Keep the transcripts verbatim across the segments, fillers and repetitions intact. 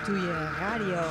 Ratatouille Radio.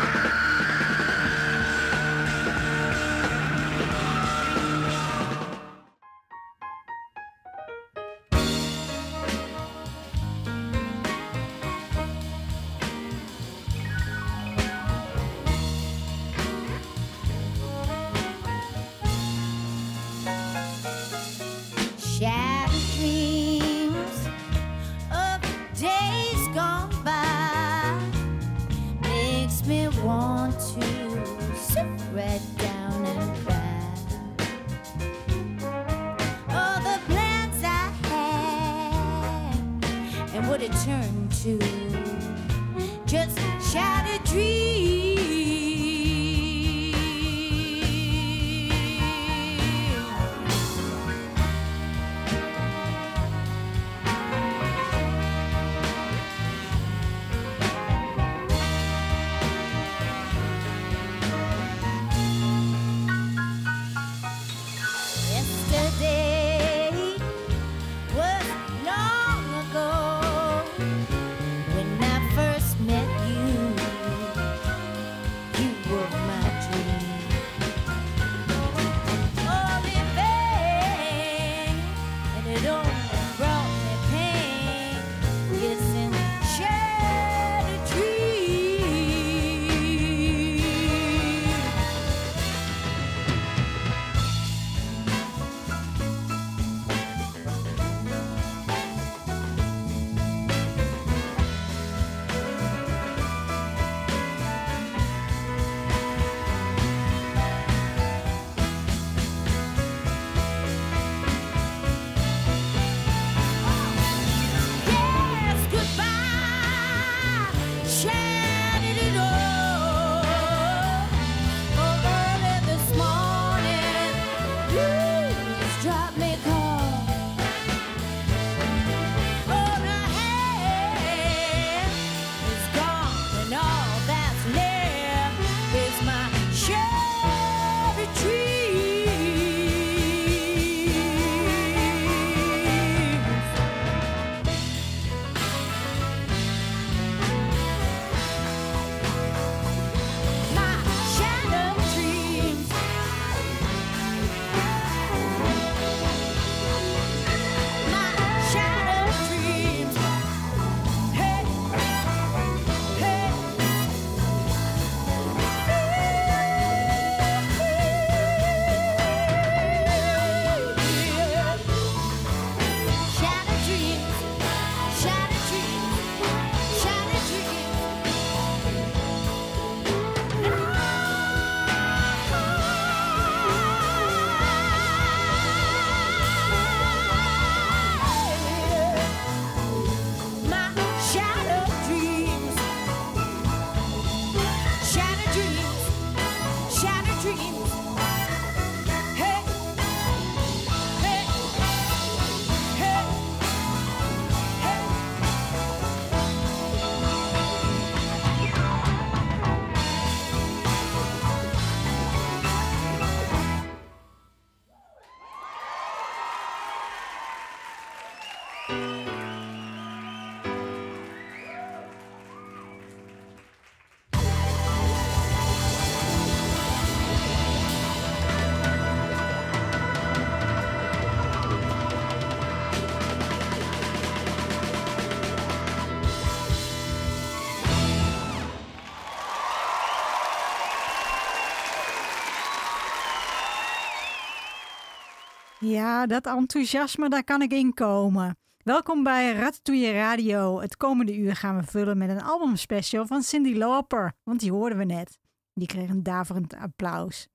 Ja, dat enthousiasme, daar kan ik in komen. Welkom bij Ratatouille Radio. Het komende uur gaan we vullen met een albumspecial van Cyndi Lauper. Want die hoorden we net. Die kreeg een daverend applaus.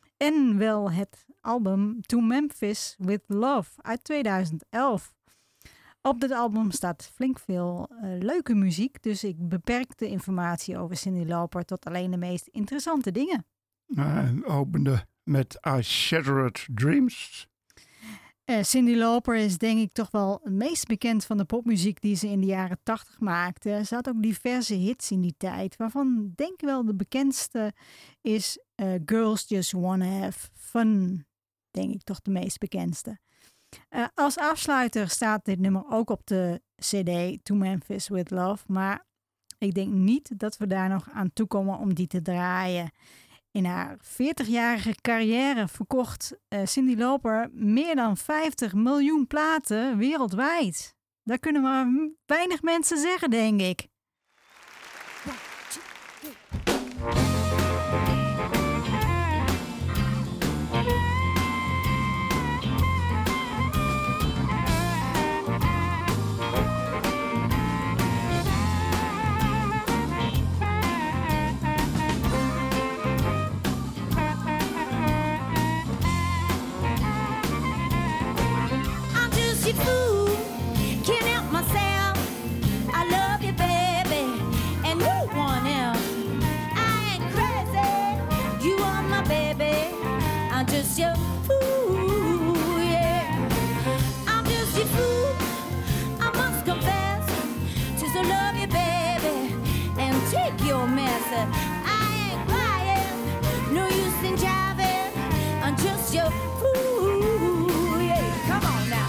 En wel het album To Memphis With Love uit tweeduizend elf. Op dit album staat flink veel uh, leuke muziek. Dus ik beperk de informatie over Cyndi Lauper tot alleen de meest interessante dingen. En opende met I Shattered Dreams. Uh, Cyndi Lauper is denk ik toch wel het meest bekend van de popmuziek die ze in de jaren tachtig maakte. Ze had ook diverse hits in die tijd, waarvan denk ik wel de bekendste is uh, Girls Just Wanna Have Fun. Denk ik toch de meest bekendste. Uh, als afsluiter staat dit nummer ook op de cd To Memphis With Love, maar Ik denk niet dat we daar nog aan toekomen om die te draaien. In haar veertigjarige carrière verkocht uh, Cyndi Lauper meer dan vijftig miljoen platen wereldwijd. Dat kunnen maar weinig mensen zeggen, denk ik. Just your fool, yeah. I'm just your fool. I must confess, just to love you, baby, and take your mess. I ain't crying, no use in jiving. I'm just your fool, yeah. Come on now.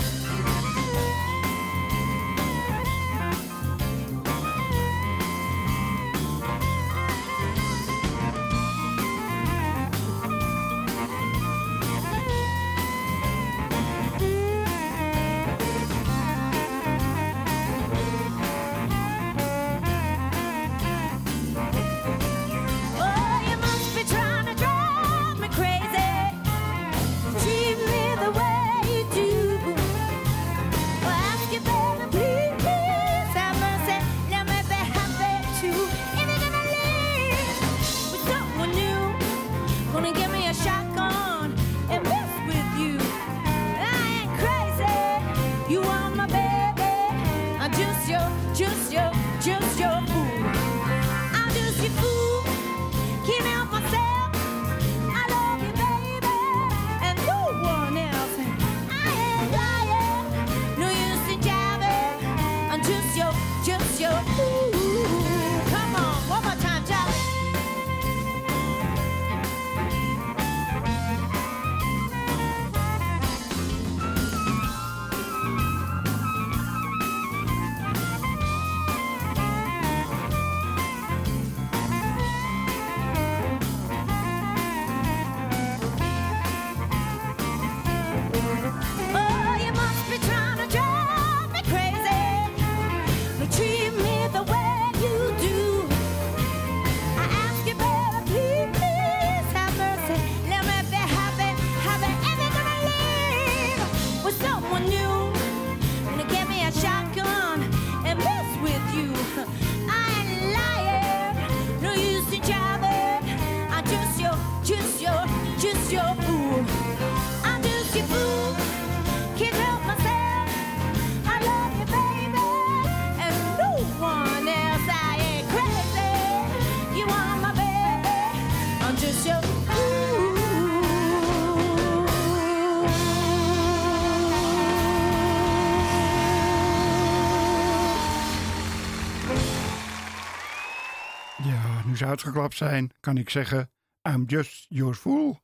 Nu ze uitgeklapt zijn, kan ik zeggen, I'm just your fool.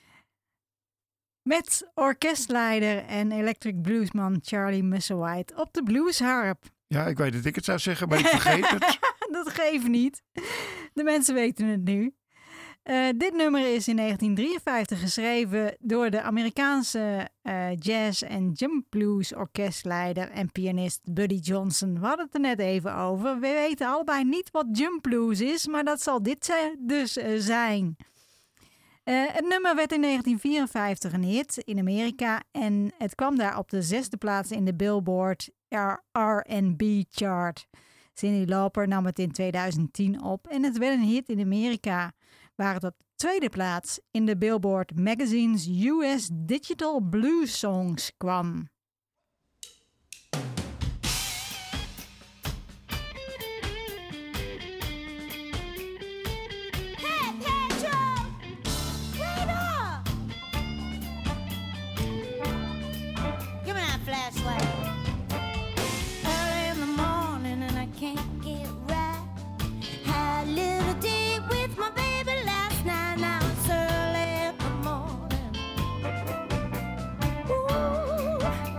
Met orkestleider en electric bluesman Charlie Musselwhite op de bluesharp. Ja, ik weet dat ik het zou zeggen, maar ik vergeet het. Dat geeft niet. De mensen weten het nu. Uh, dit nummer is in negentien drieënvijftig geschreven door de Amerikaanse uh, jazz- en jump blues orkestleider en pianist Buddy Johnson. We hadden het er net even over. We weten allebei niet wat jump blues is, maar dat zal dit dus uh, zijn. Uh, het nummer werd in negentien vierenvijftig een hit in Amerika en het kwam daar op de zesde plaats in de Billboard R en B chart. Cyndi Lauper nam het in tweeduizend tien op en het werd een hit in Amerika, waar het op de tweede plaats in de Billboard Magazine's U S Digital Blues Songs kwam. Hey, Pedro! Wait up! Give me that flashlight. Early in the morning and I can't get right. Had a little date with my baby last night. Now it's early in the morning. Ooh,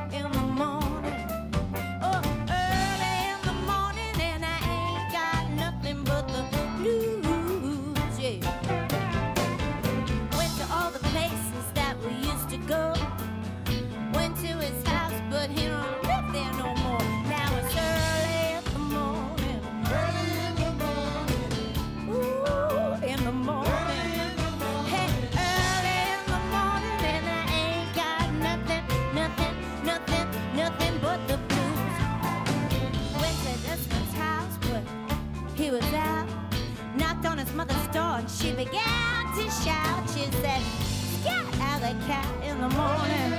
and she began to shout. She said, "Scat, alley cat in the morning."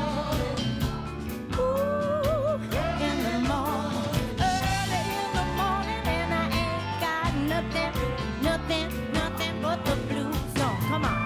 Ooh, in the morning, early in the morning, and I ain't got nothing, nothing, nothing but the blues. So come on.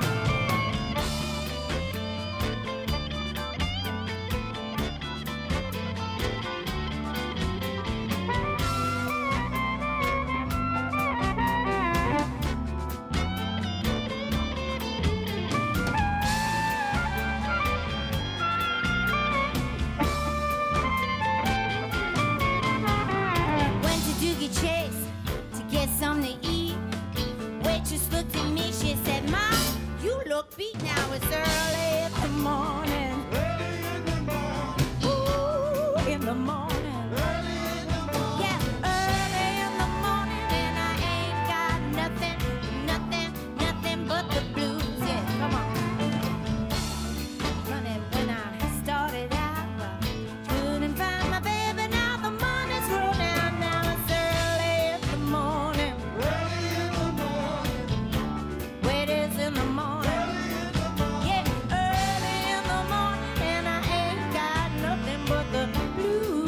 Chase to get something to eat. Waitress looked at me, she said, "Mom, you look beat now. It's early in the morning." Early in the morning. Ooh, in the morning. Early in the morning. Yeah, early in the morning, and I ain't got nothing, nothing, nothing but the blues. Yeah, come on. Funny, when I started out, well, couldn't find my baby. Now the money's rolling out. Now it's morning. Early in the morning. Wait is in the morning. Yeah, early in the morning, and I ain't got nothing but the blues.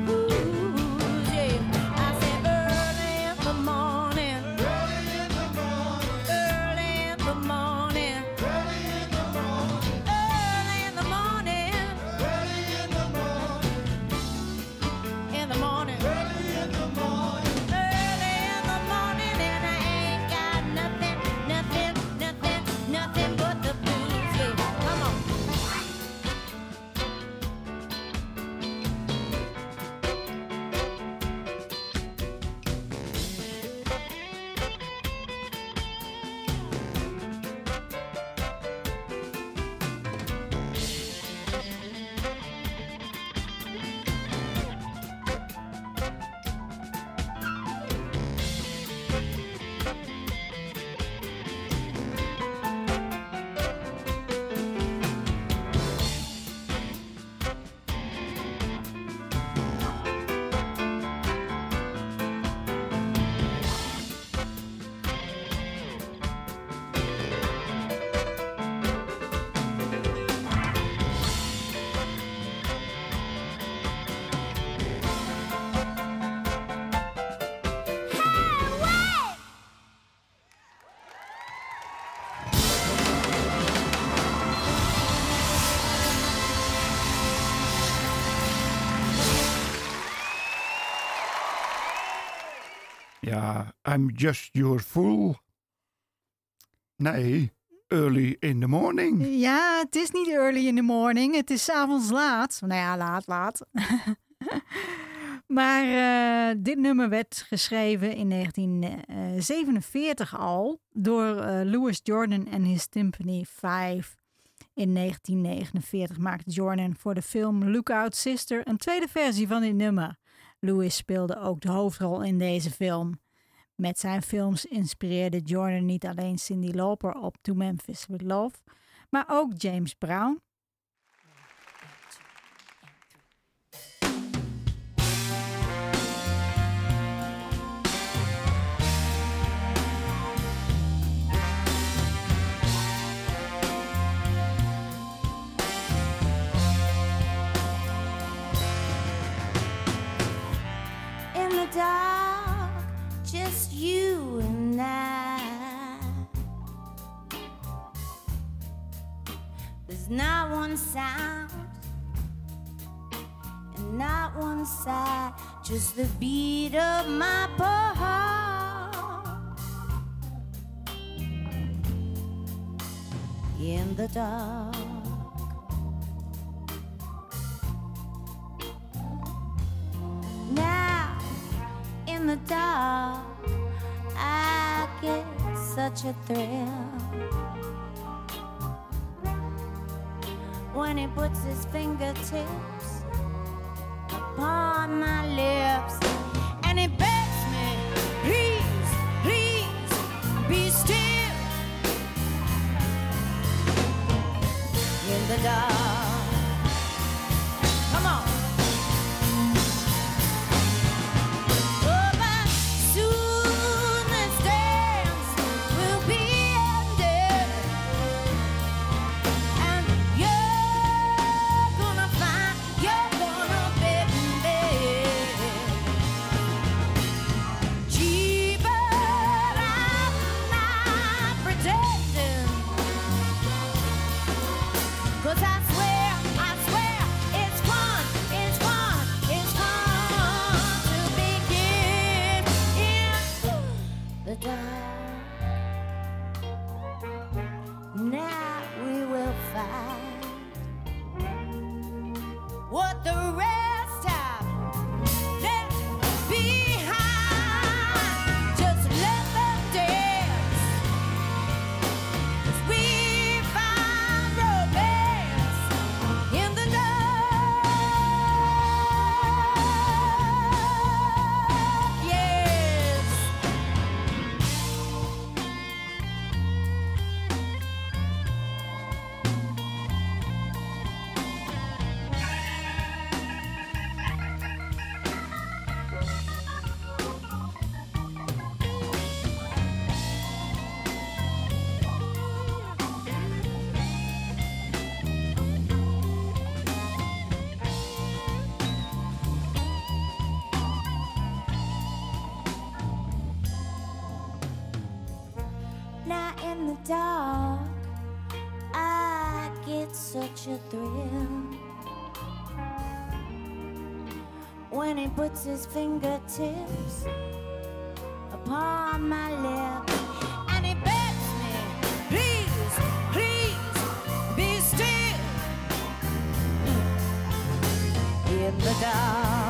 Yeah, I said early in the morning. Early in the morning. Early in the morning. Early in the morning. Early in the morning. Early in the morning. In the morning. Early in the morning. Nothing but the blues, yeah. Come on. Ja, I'm just your fool. Nee, early in the morning. Ja, het is niet early in the morning. Het is 's avonds laat. Nou ja, laat, laat. Maar uh, dit nummer werd geschreven in negentien zevenenveertig al door uh, Louis Jordan en his Timpani vijf. In negentien negenenveertig maakte Jordan voor de film Lookout Sister een tweede versie van dit nummer. Louis speelde ook de hoofdrol in deze film. Met zijn films inspireerde Jordan niet alleen Cyndi Lauper op To Memphis With Love, maar ook James Brown. In the dark, just you and I. There's not one sound and not one sigh, just the beat of my poor heart. In the dark, now in the dark, I get such a thrill when he puts his fingertips upon my lips and he begs me, please, please, be still. In the dark, come on. Oh, but soon this dance will be the dark, I get such a thrill when he puts his fingertips upon my lip, and he begs me, please, please, be still in the dark.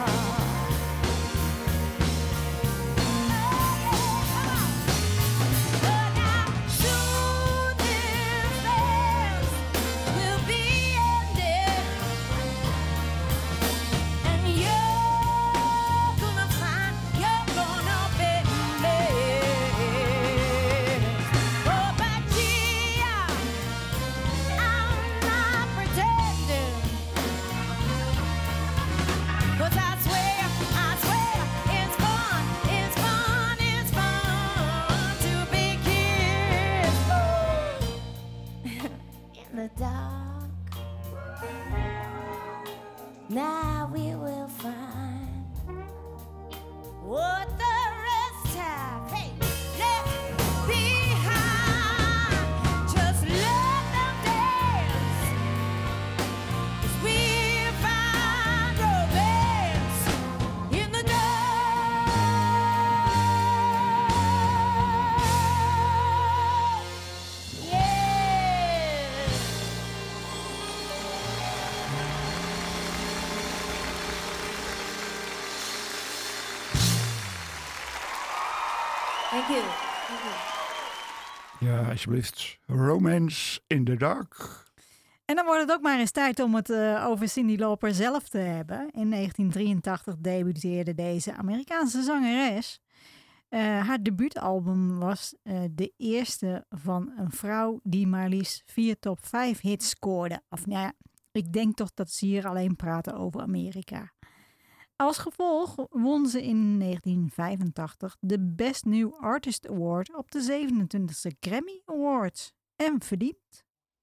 Now we will find what the rest have hey, left behind. Just let them dance as we find romance in the dark. Yeah. Thank you. Thank you. Ja, alsjeblieft. Romance in the Dark. En dan wordt het ook maar eens tijd om het uh, over Cyndi Lauper zelf te hebben. In negentien drieëntachtig debuteerde deze Amerikaanse zangeres. Uh, haar debuutalbum was uh, de eerste van een vrouw die maar liefst vier top vijf hits scoorde. Of nou ja, ik denk toch dat ze hier alleen praten over Amerika. Als gevolg won ze in negentien vijfentachtig de Best New Artist Award op de zevenentwintigste Grammy Awards. En verdiend.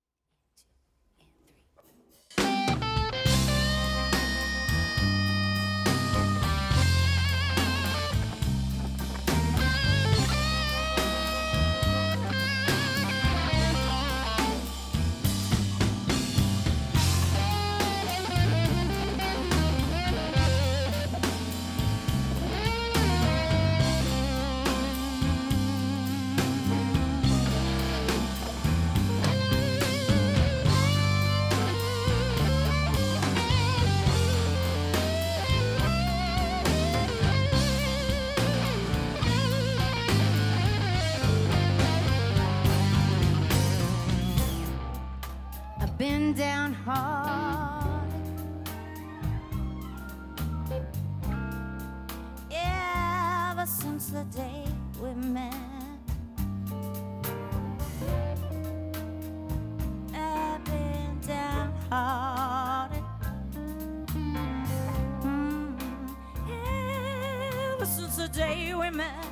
Been down hard, ever since the day we met. I've been down hard, mm, ever since the day we met.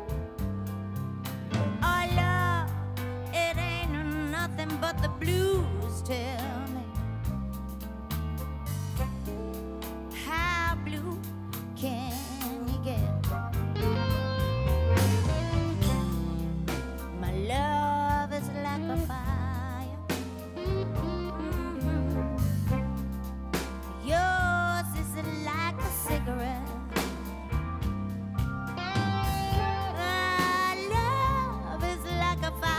Our love, it ain't nothing but the blues. Tell me, how blue can you get? My love is like a fire, mm-hmm. Yours is like a cigarette. My love is like a fire.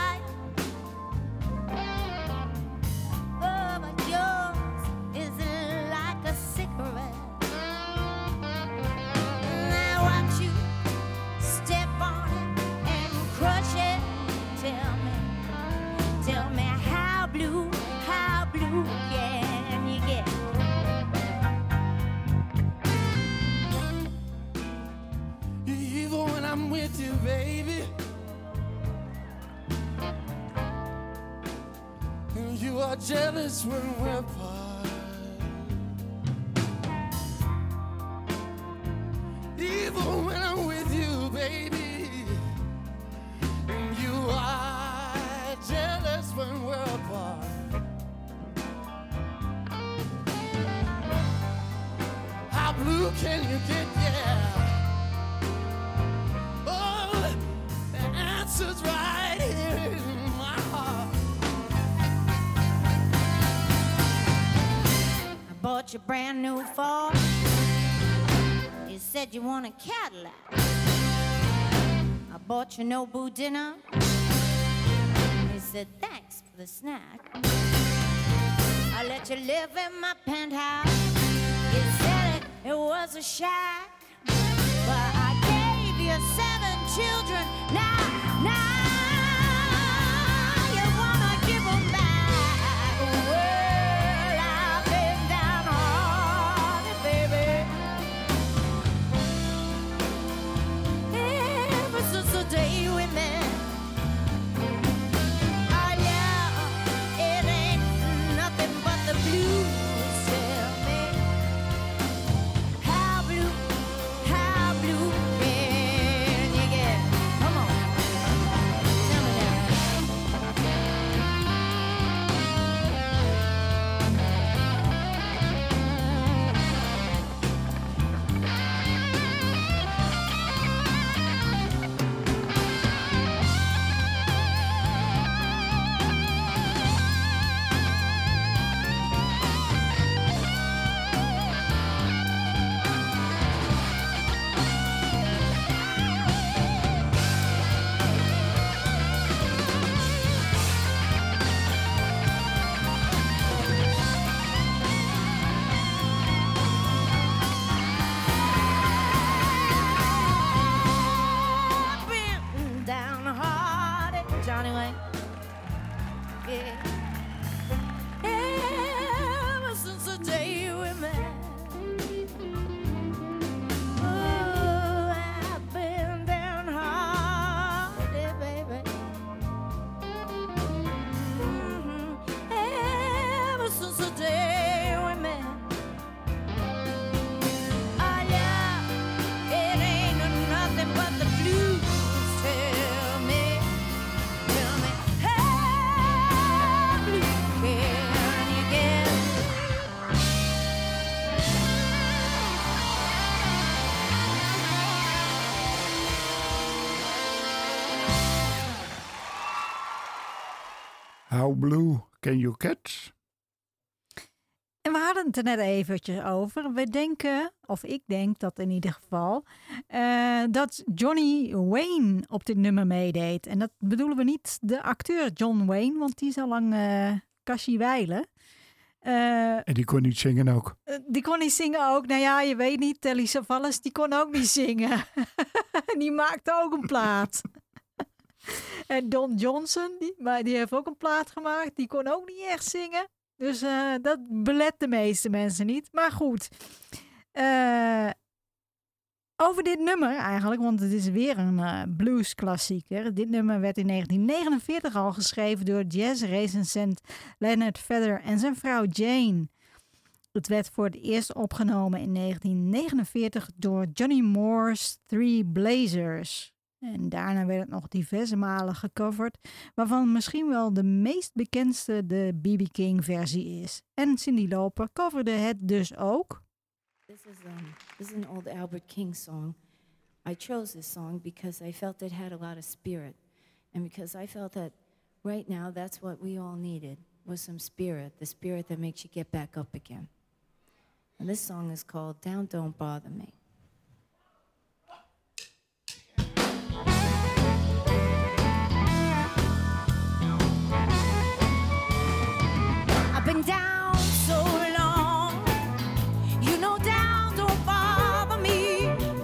Jealous when we're apart. Even when I'm with you, baby, and you are jealous when we're apart. How blue can you get? Yeah. Oh, the answer's right here. your brand new Ford. You said you want a Cadillac. I bought you Nobu dinner. You said thanks for the snack. I let you live in my penthouse. You said it, it was a shack. But I gave you seven children. Now, now you wanna give them back. Well, I've been downhearted, baby, ever since the day we met. Oh yeah, it ain't nothing but the blues. Tell me how blue, how blue can you get? Come on, tell me now. I've been downhearted, Johnny Wayne. Yeah. Ever since the day we met. Oh, I've been downhearted, baby. Mhm. Ever since the day we met. Oh yeah, it ain't nothing but the blues. Tell me, tell me, how blue can you get? How blue can you get? En we hadden het er net eventjes over. We denken, of ik denk dat in ieder geval, eh, dat Johnny Wayne op dit nummer meedeed. En dat bedoelen we niet de acteur John Wayne, want die is al lang eh Cassie Weilen. Eh, En die kon niet zingen ook. eh, die kon niet zingen ook. Nou ja, je weet niet, Telly Savalas, die kon ook niet zingen. Die maakte ook een plaat. En Don Johnson, die, maar die heeft ook een plaat gemaakt. Die kon ook niet echt zingen. Dus eh, dat belet de meeste mensen niet. Maar goed. Eh, over dit nummer eigenlijk, want het is weer een eh, bluesklassieker. Dit nummer werd in negentien negenenveertig al geschreven door jazzrecensent Leonard Feather en zijn vrouw Jane. Het werd voor het eerst opgenomen in negentien negenenveertig door Johnny Moore's Three Blazers. En daarna werd het nog diverse malen gecoverd, waarvan misschien wel de meest bekendste de B B King versie is. En Cyndi Lauper coverde het dus ook. This is um, this is an old Albert King song. I chose this song because I felt it had a lot of spirit, and because I felt that right now that's what we all needed was some spirit, the spirit that makes you get back up again. And this song is called "Down, Don't Bother Me." I've been down so long, you know down don't bother me.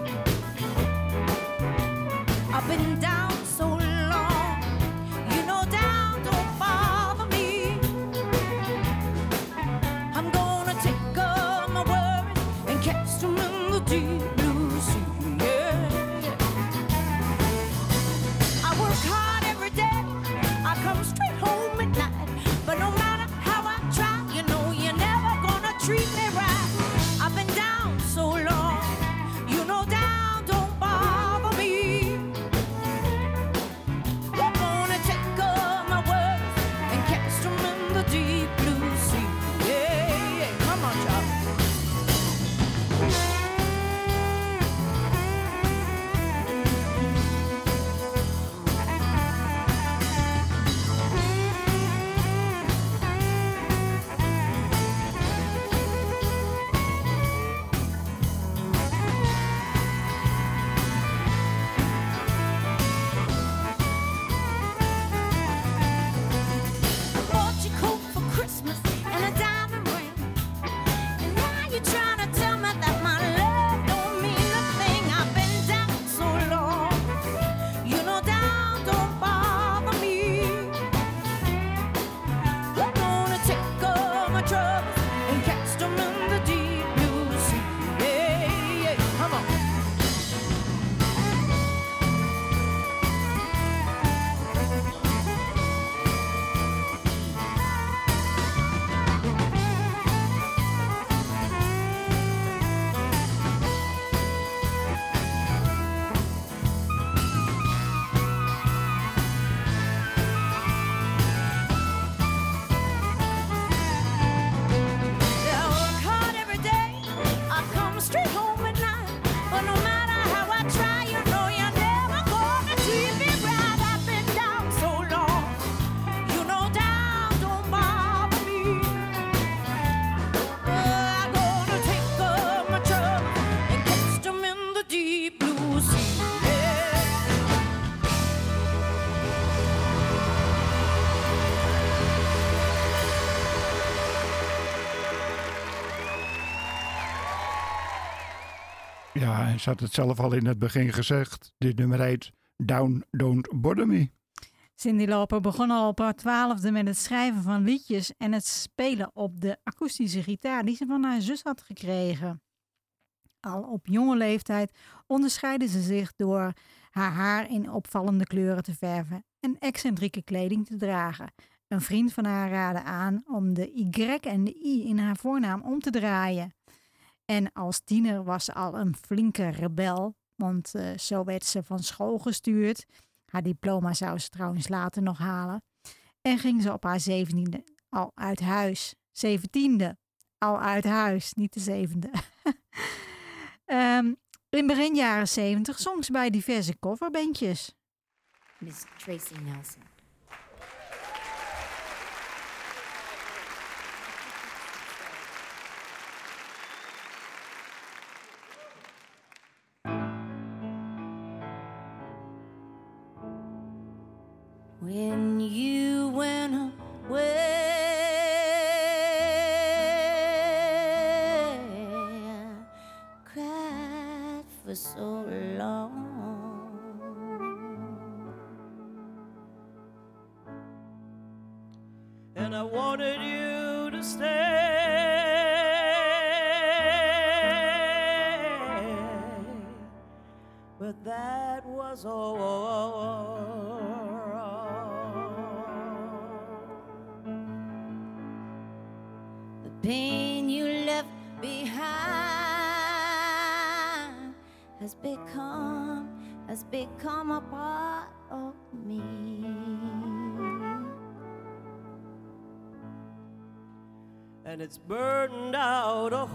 I've been down so long, you know down don't bother me. I'm gonna take all my worries and cast them in the deep. see. Yeah. Ja, en ze had het zelf al in het begin gezegd. Dit nummer heet Down Don't Bother Me. Cyndi Lauper begon al op haar twaalfde met het schrijven van liedjes en het spelen op de akoestische gitaar die ze van haar zus had gekregen. Al op jonge leeftijd onderscheidde ze zich door haar haar in opvallende kleuren te verven en excentrieke kleding te dragen. Een vriend van haar raadde aan om de Y en de I in haar voornaam om te draaien. En als tiener was ze al een flinke rebel, want uh, zo werd ze van school gestuurd. Haar diploma zou ze trouwens later nog halen. En ging ze op haar zeventiende al uit huis. Zeventiende al uit huis, niet de zevende. um, in begin jaren zeventig zong ze bij diverse coverbandjes. Miss Tracy Nelson. When you went away, I cried for so long. And I wanted you to stay, but that was all. Pain you left behind has become, has become a part of me. And it's burned out a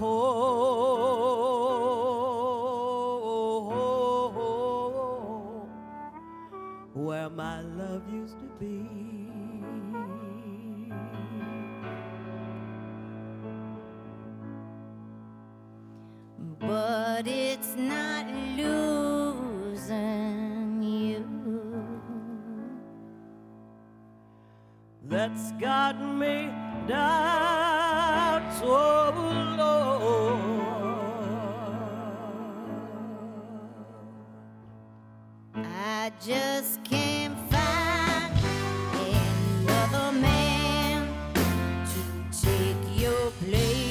hole where my love used to be. But it's not losing you that's gotten me down so low. I just can't find another man to take your place.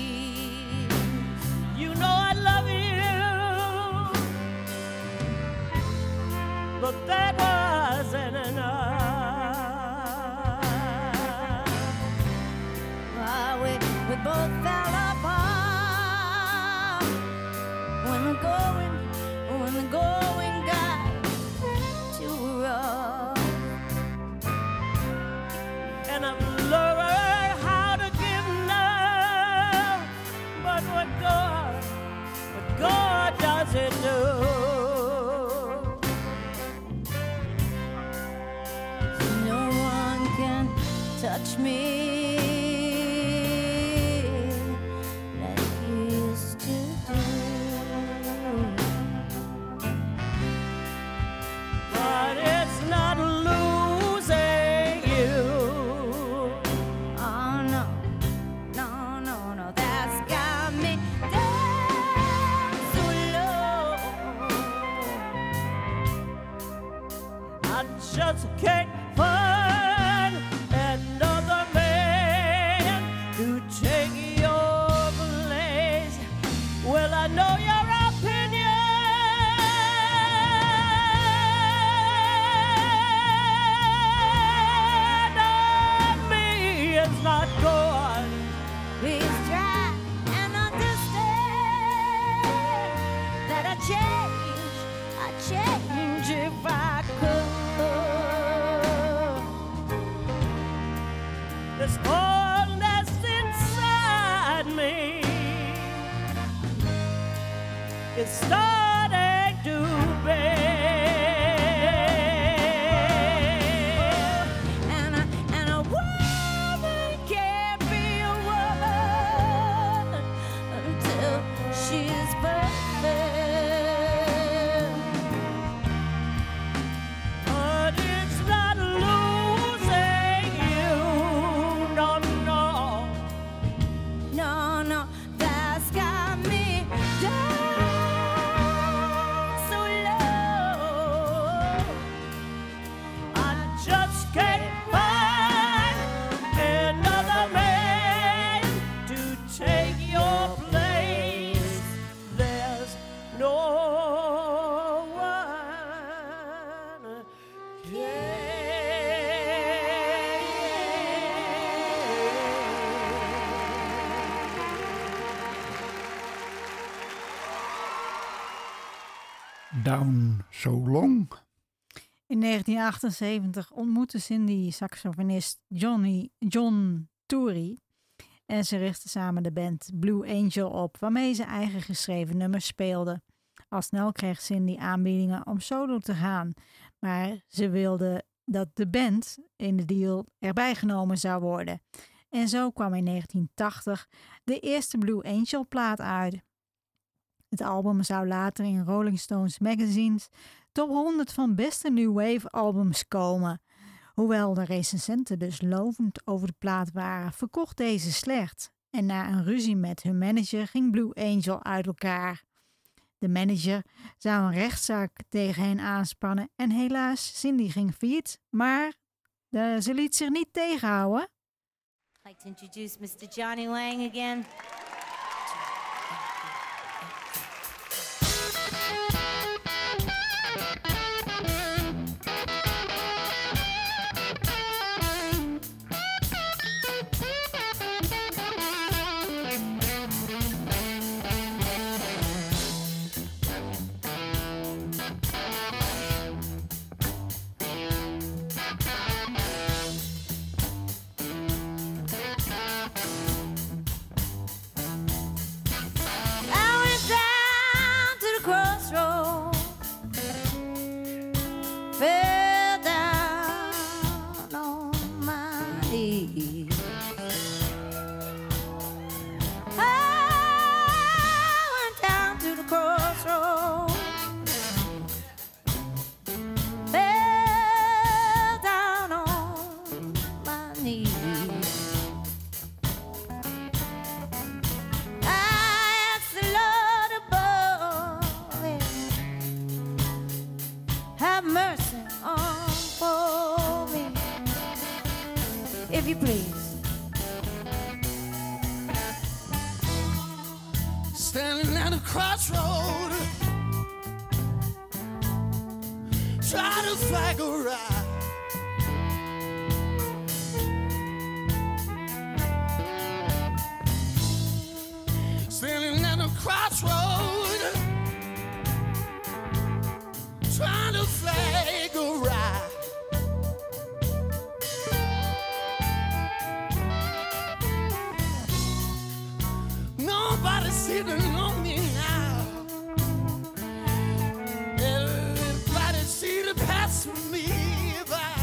But that wasn't enough. Ah, we, we both fell apart when the going, when the going got too rough. And I've learned how to give love, but what God, what God doesn't do. Touch me like you used to do. But it's not losing you. Oh no, no, no, no, that's got me down so low. I just can't find another man to take your place. Well, I know your opinion of me is not good. Please try and understand that I change, I change if I could. This all that's inside me is starting to bear. And a, and a woman can't be a woman until she's perfect. Down So Long. In negentien achtenzeventig ontmoette Cindy saxofonist Johnny, John Toury en ze richtten samen de band Blue Angel op, waarmee ze eigen geschreven nummers speelden. Al snel kreeg Cindy aanbiedingen om solo te gaan, maar ze wilde dat de band in de deal erbij genomen zou worden. En zo kwam in negentien tachtig de eerste Blue Angel plaat uit. Het album zou later in Rolling Stones Magazine's top honderd van beste New Wave albums komen. Hoewel de recensenten dus lovend over de plaat waren, verkocht deze slecht. En na een ruzie met hun manager ging Blue Angel uit elkaar. De manager zou een rechtszaak tegen hen aanspannen en helaas, Cindy ging failliet, maar de, ze liet zich niet tegenhouden. I'd like to introduce mister Johnny Lang again. If you please. Standing at a crossroad, try to flag a ride. Standing at a crossroad, trying to flag a ride. Nobody sitting on me now. Everybody see the pass me by.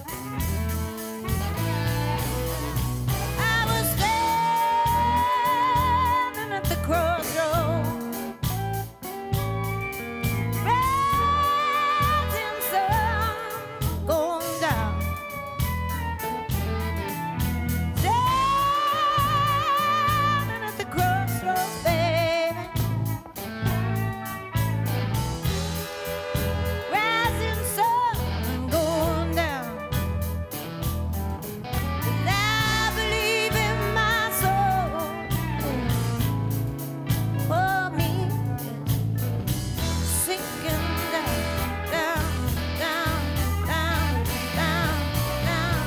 I was standing at the crossroads, rising sun going down. Standing at the crossroads, baby, rising sun going down. And I believe in my soul, for me, sinking down, down, down, down, down, down.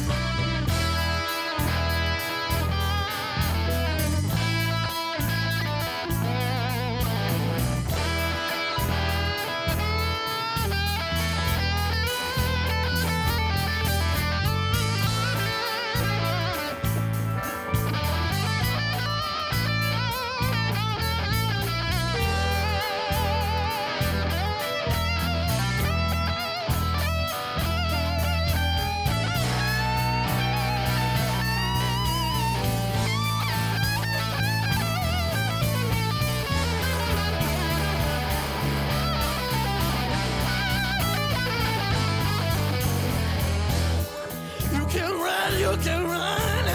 You can run, you can run.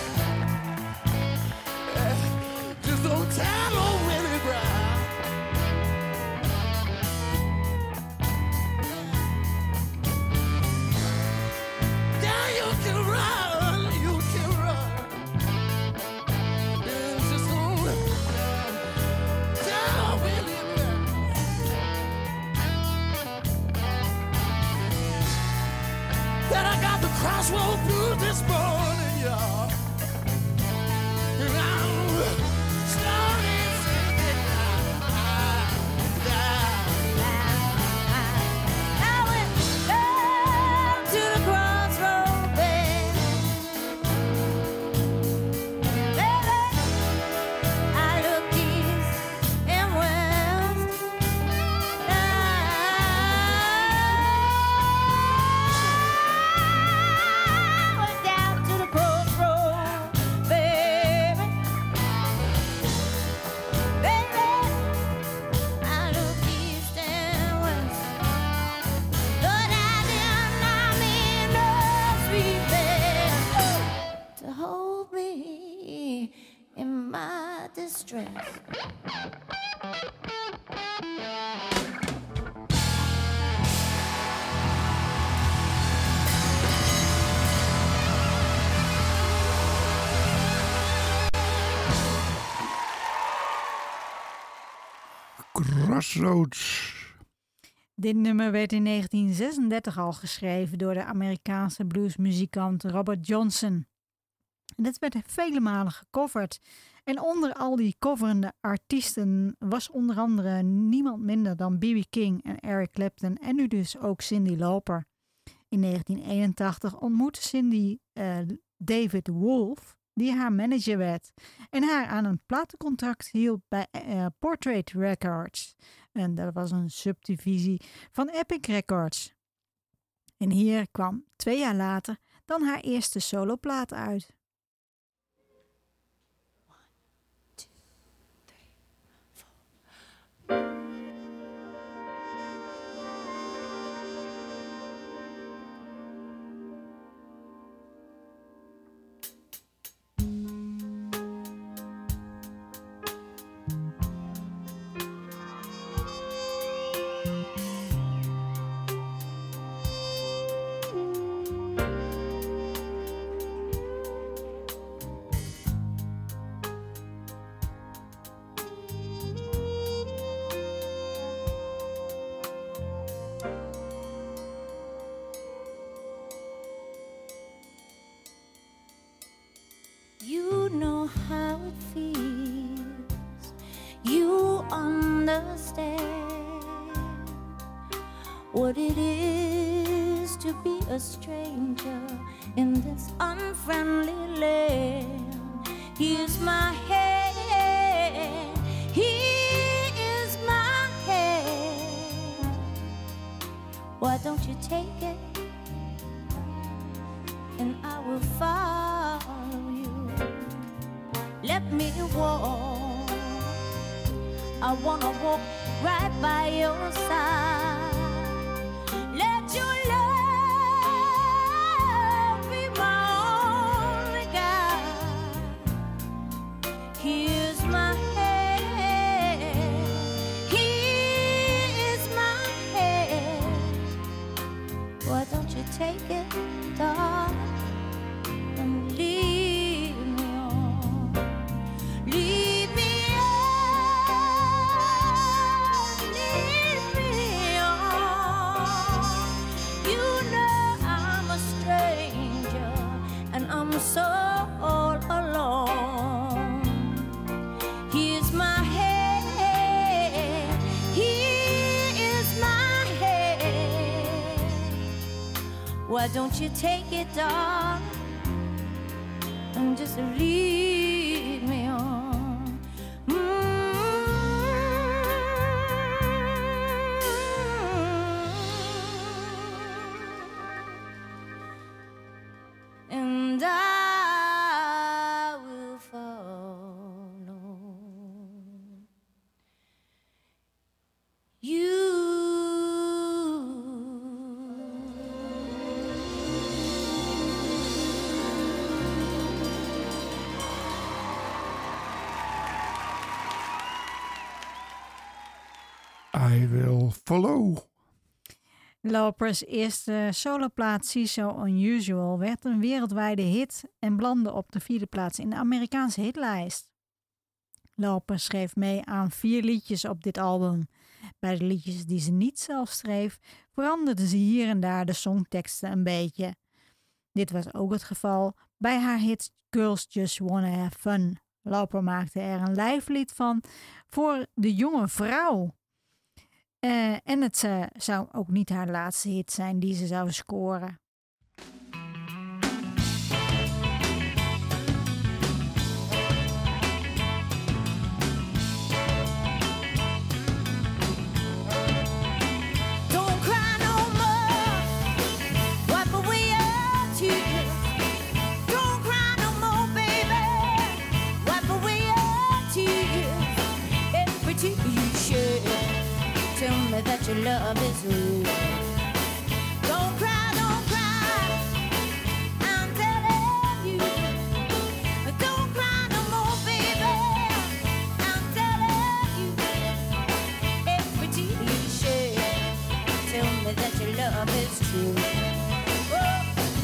Eh, Just don't tell on Willie Brown. Yeah, you can run, you can run. Eh, Just don't tell on Willie Brown. That I got the crossroad blues this morning, y'all. And I'm starting singing down, down. Crossroads. Dit nummer werd in negentien zesendertig al geschreven door de Amerikaanse bluesmuzikant Robert Johnson. En dit werd vele malen gecoverd. En onder al die coverende artiesten was onder andere niemand minder dan B B King en Eric Clapton en nu dus ook Cyndi Lauper. In negentien eenentachtig ontmoette Cyndi uh, David Wolff, die haar manager werd en haar aan een platencontract hield bij uh, Portrait Records. En dat was een subdivisie van Epic Records. En hier kwam twee jaar later dan haar eerste soloplaat uit. You know how it feels. You understand what it is to be a stranger in this unfriendly land. Here's my hand. Here is my hand. Why don't you take it? And I will follow you. Let me walk. I wanna walk right by your side. Let your love be my only guide. Here's my hand. Here is my hand. Why don't you take it, darling, and leave me on? Leave me on, leave me on. You know I'm a stranger and I'm so all alone. Here's my hand, here is my hand. Why don't you take it, darling, and just leave me on? And I will follow you. I will follow. Lauper's eerste soloplaat See So Unusual werd een wereldwijde hit en belandde op de vierde plaats in de Amerikaanse hitlijst. Lauper schreef mee aan vier liedjes op dit album. Bij de liedjes die ze niet zelf schreef, veranderde ze hier en daar de songteksten een beetje. Dit was ook het geval bij haar hit Girls Just Wanna Have Fun. Lauper maakte er een lijflied van voor de jonge vrouw. Uh, en het uh, zou ook niet haar laatste hit zijn die ze zou scoren. Don't cry no more. Wipe away your tears. Don't cry no more, baby. Wipe away your tears. Every tear you shed, tell me that your love is real. Don't cry, don't cry. I'm telling you. Don't cry no more, baby. I'm tell me that your love is true. Oh.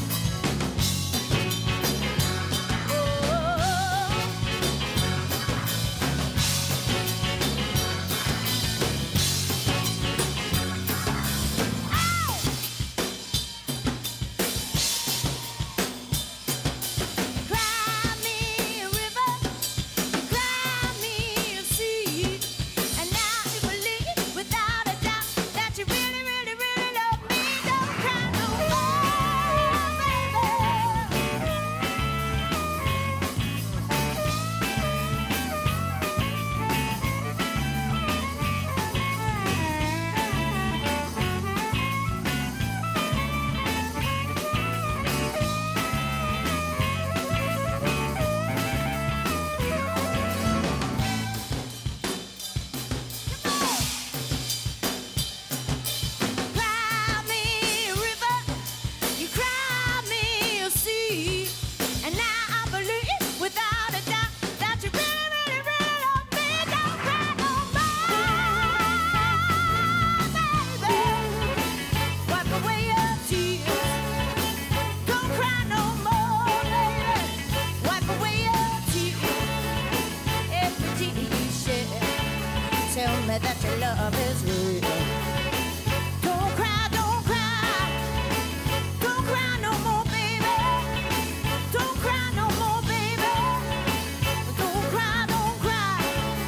That your love is real. Don't cry, don't cry, don't cry no more, baby. Don't cry no more, baby. Don't cry, don't cry.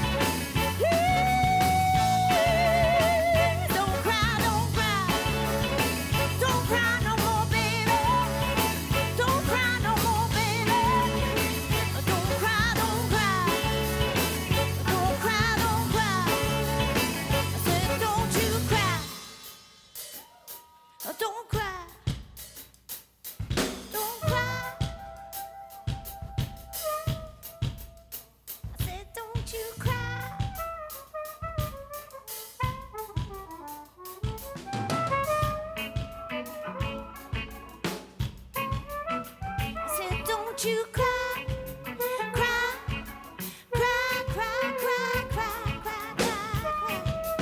Please, don't cry, don't cry. Don't cry no more, baby. Don't cry no more, baby. Don't cry, don't cry. Don't cry, don't cry. Don't you cry. Don't cry. Don't cry. I said, don't you cry. I said, don't you cry. Cry. Cry, cry, cry, cry, cry, cry,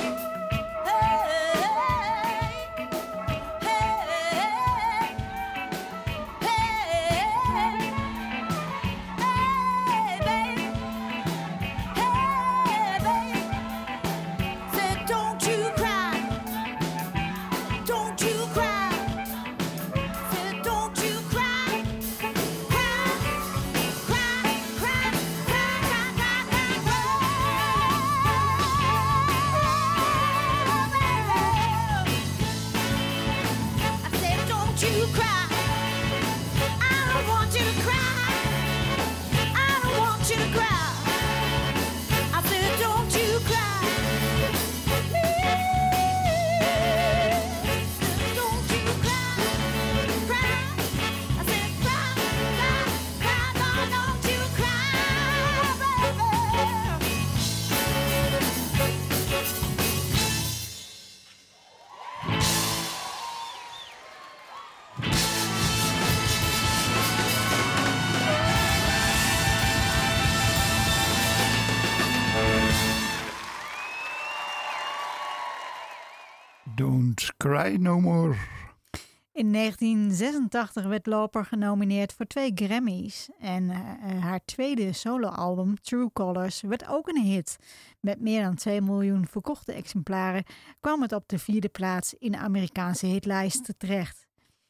Don't Cry No More. In negentien zesentachtig werd Lauper genomineerd voor twee Grammys. En uh, haar tweede soloalbum, True Colors, werd ook een hit. Met meer dan twee miljoen verkochte exemplaren kwam het op de vierde plaats in de Amerikaanse hitlijsten terecht.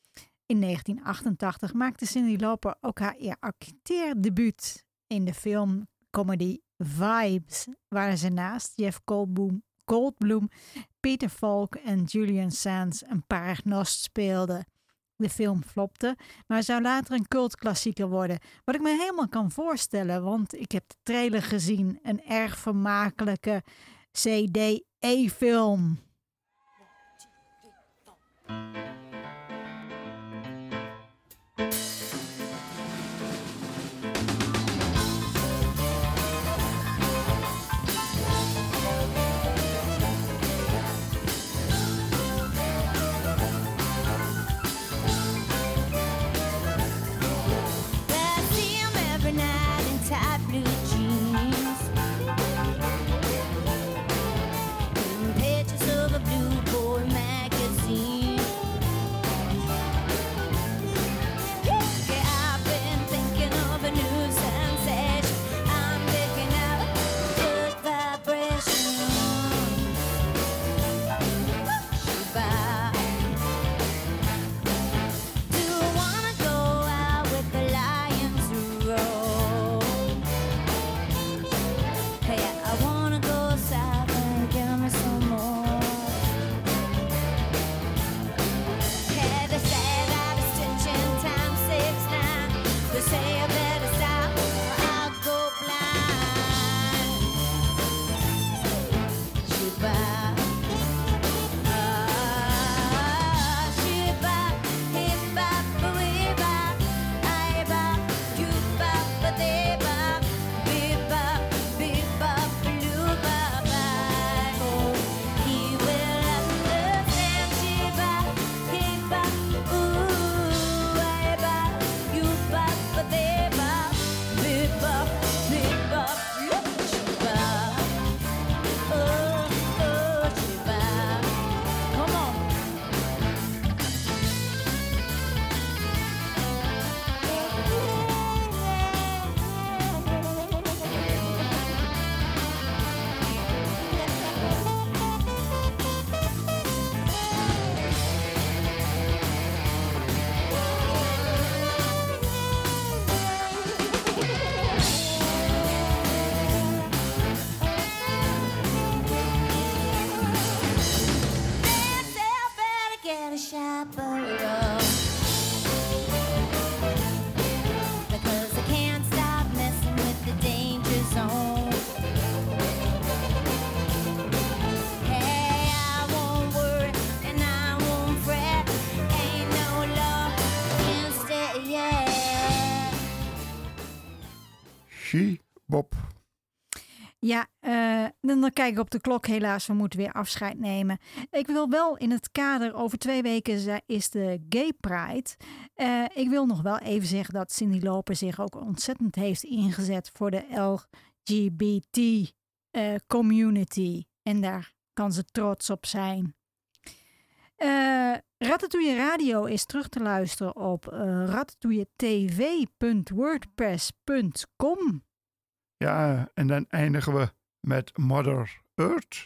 In negentien achtentachtig maakte Cyndi Lauper ook haar acteerdebuut in de filmcomedy Vibes, waar ze naast Jeff Goldblum, Goldblum, Peter Falk en Julian Sands een paragnost speelde. De film flopte, maar zou later een cultklassieker worden. Wat ik me helemaal kan voorstellen, want ik heb de trailer gezien. Een erg vermakelijke C D E-film. Pages of get a chaperone. Because I can't stop messing with the danger zone. Hey, I won't worry and I won't fret. Ain't no love can stay, yeah. She Bob. Ja, uh, dan, dan kijk ik op de klok helaas. We moeten weer afscheid nemen. Ik wil wel in het kader, over twee weken is de Gay Pride. Uh, ik wil nog wel even zeggen dat Cyndi Lauper zich ook ontzettend heeft ingezet voor de L G B T uh, community. En daar kan ze trots op zijn. Uh, Ratatouille Radio is terug te luisteren op uh, ratatouille t v punt wordpress punt com. Ja, en dan eindigen we met Mother Earth.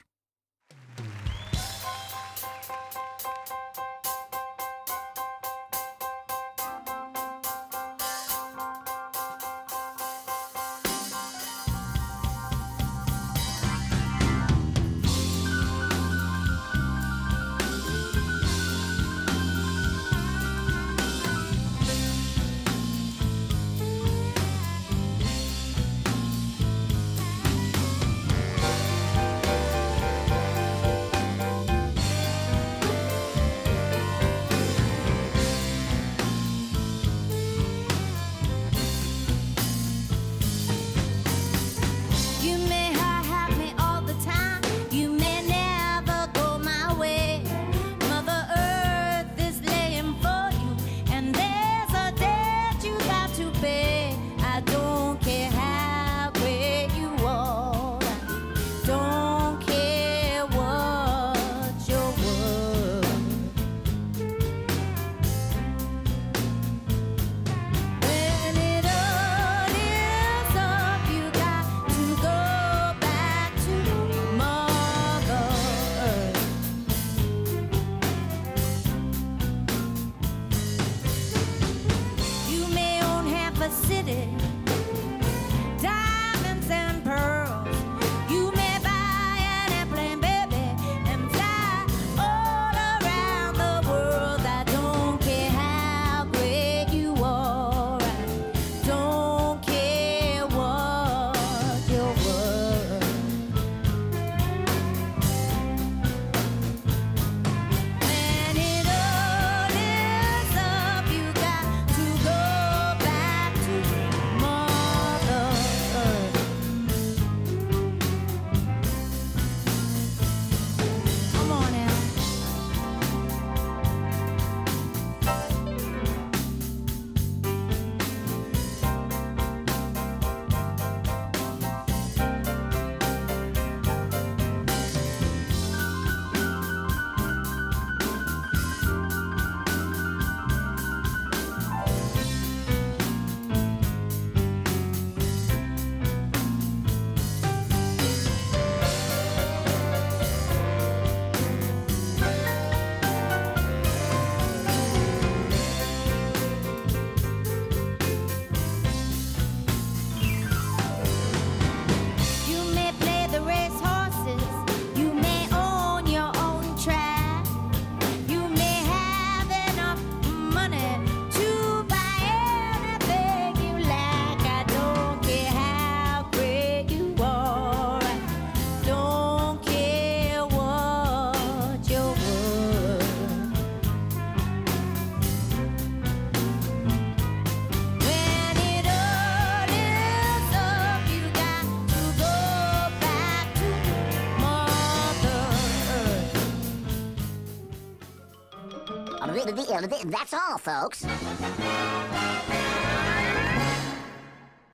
That's all, folks.